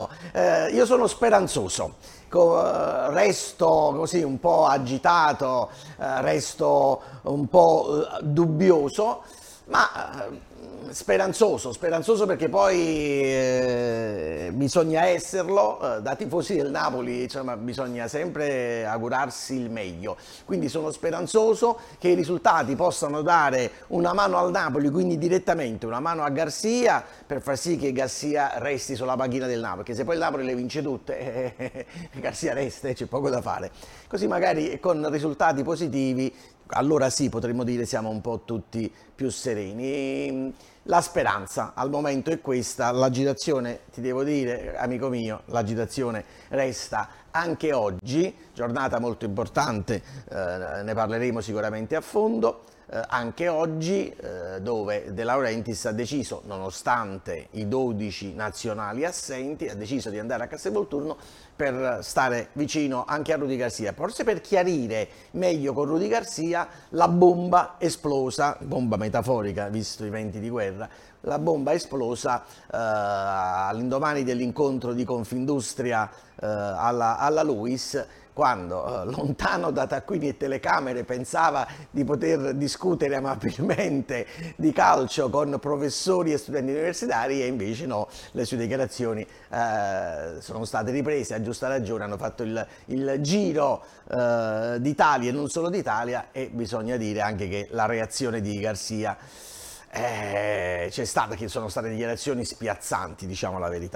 Io sono speranzoso, resto così un po' agitato, resto un po' dubbioso, ma speranzoso perché poi bisogna esserlo, da tifosi del Napoli, insomma, bisogna sempre augurarsi il meglio. Quindi sono speranzoso che i risultati possano dare una mano al Napoli, quindi direttamente una mano a Garcia per far sì che Garcia resti sulla panchina del Napoli, perché se poi il Napoli le vince tutte, Garcia resta e c'è poco da fare. Così magari con risultati positivi, allora sì, potremmo dire siamo un po' tutti più sereni. La speranza al momento è questa, l'agitazione, ti devo dire, amico mio, l'agitazione resta anche oggi, giornata molto importante, ne parleremo sicuramente a fondo. Anche oggi, dove De Laurentiis ha deciso, nonostante i 12 nazionali assenti, ha deciso di andare a Castelvolturno per stare vicino anche a Rudy Garcia, forse per chiarire meglio con Rudy Garcia la bomba esplosa, bomba metaforica visto i venti di guerra, la bomba esplosa all'indomani dell'incontro di Confindustria alla Luis, quando lontano da taccuini e telecamere pensava di poter discutere amabilmente di calcio con professori e studenti universitari, e invece no, le sue dichiarazioni sono state riprese a giusta ragione, hanno fatto il giro d'Italia e non solo d'Italia, e bisogna dire anche che la reazione di Garcia c'è stata, che sono state dichiarazioni spiazzanti, diciamo la verità.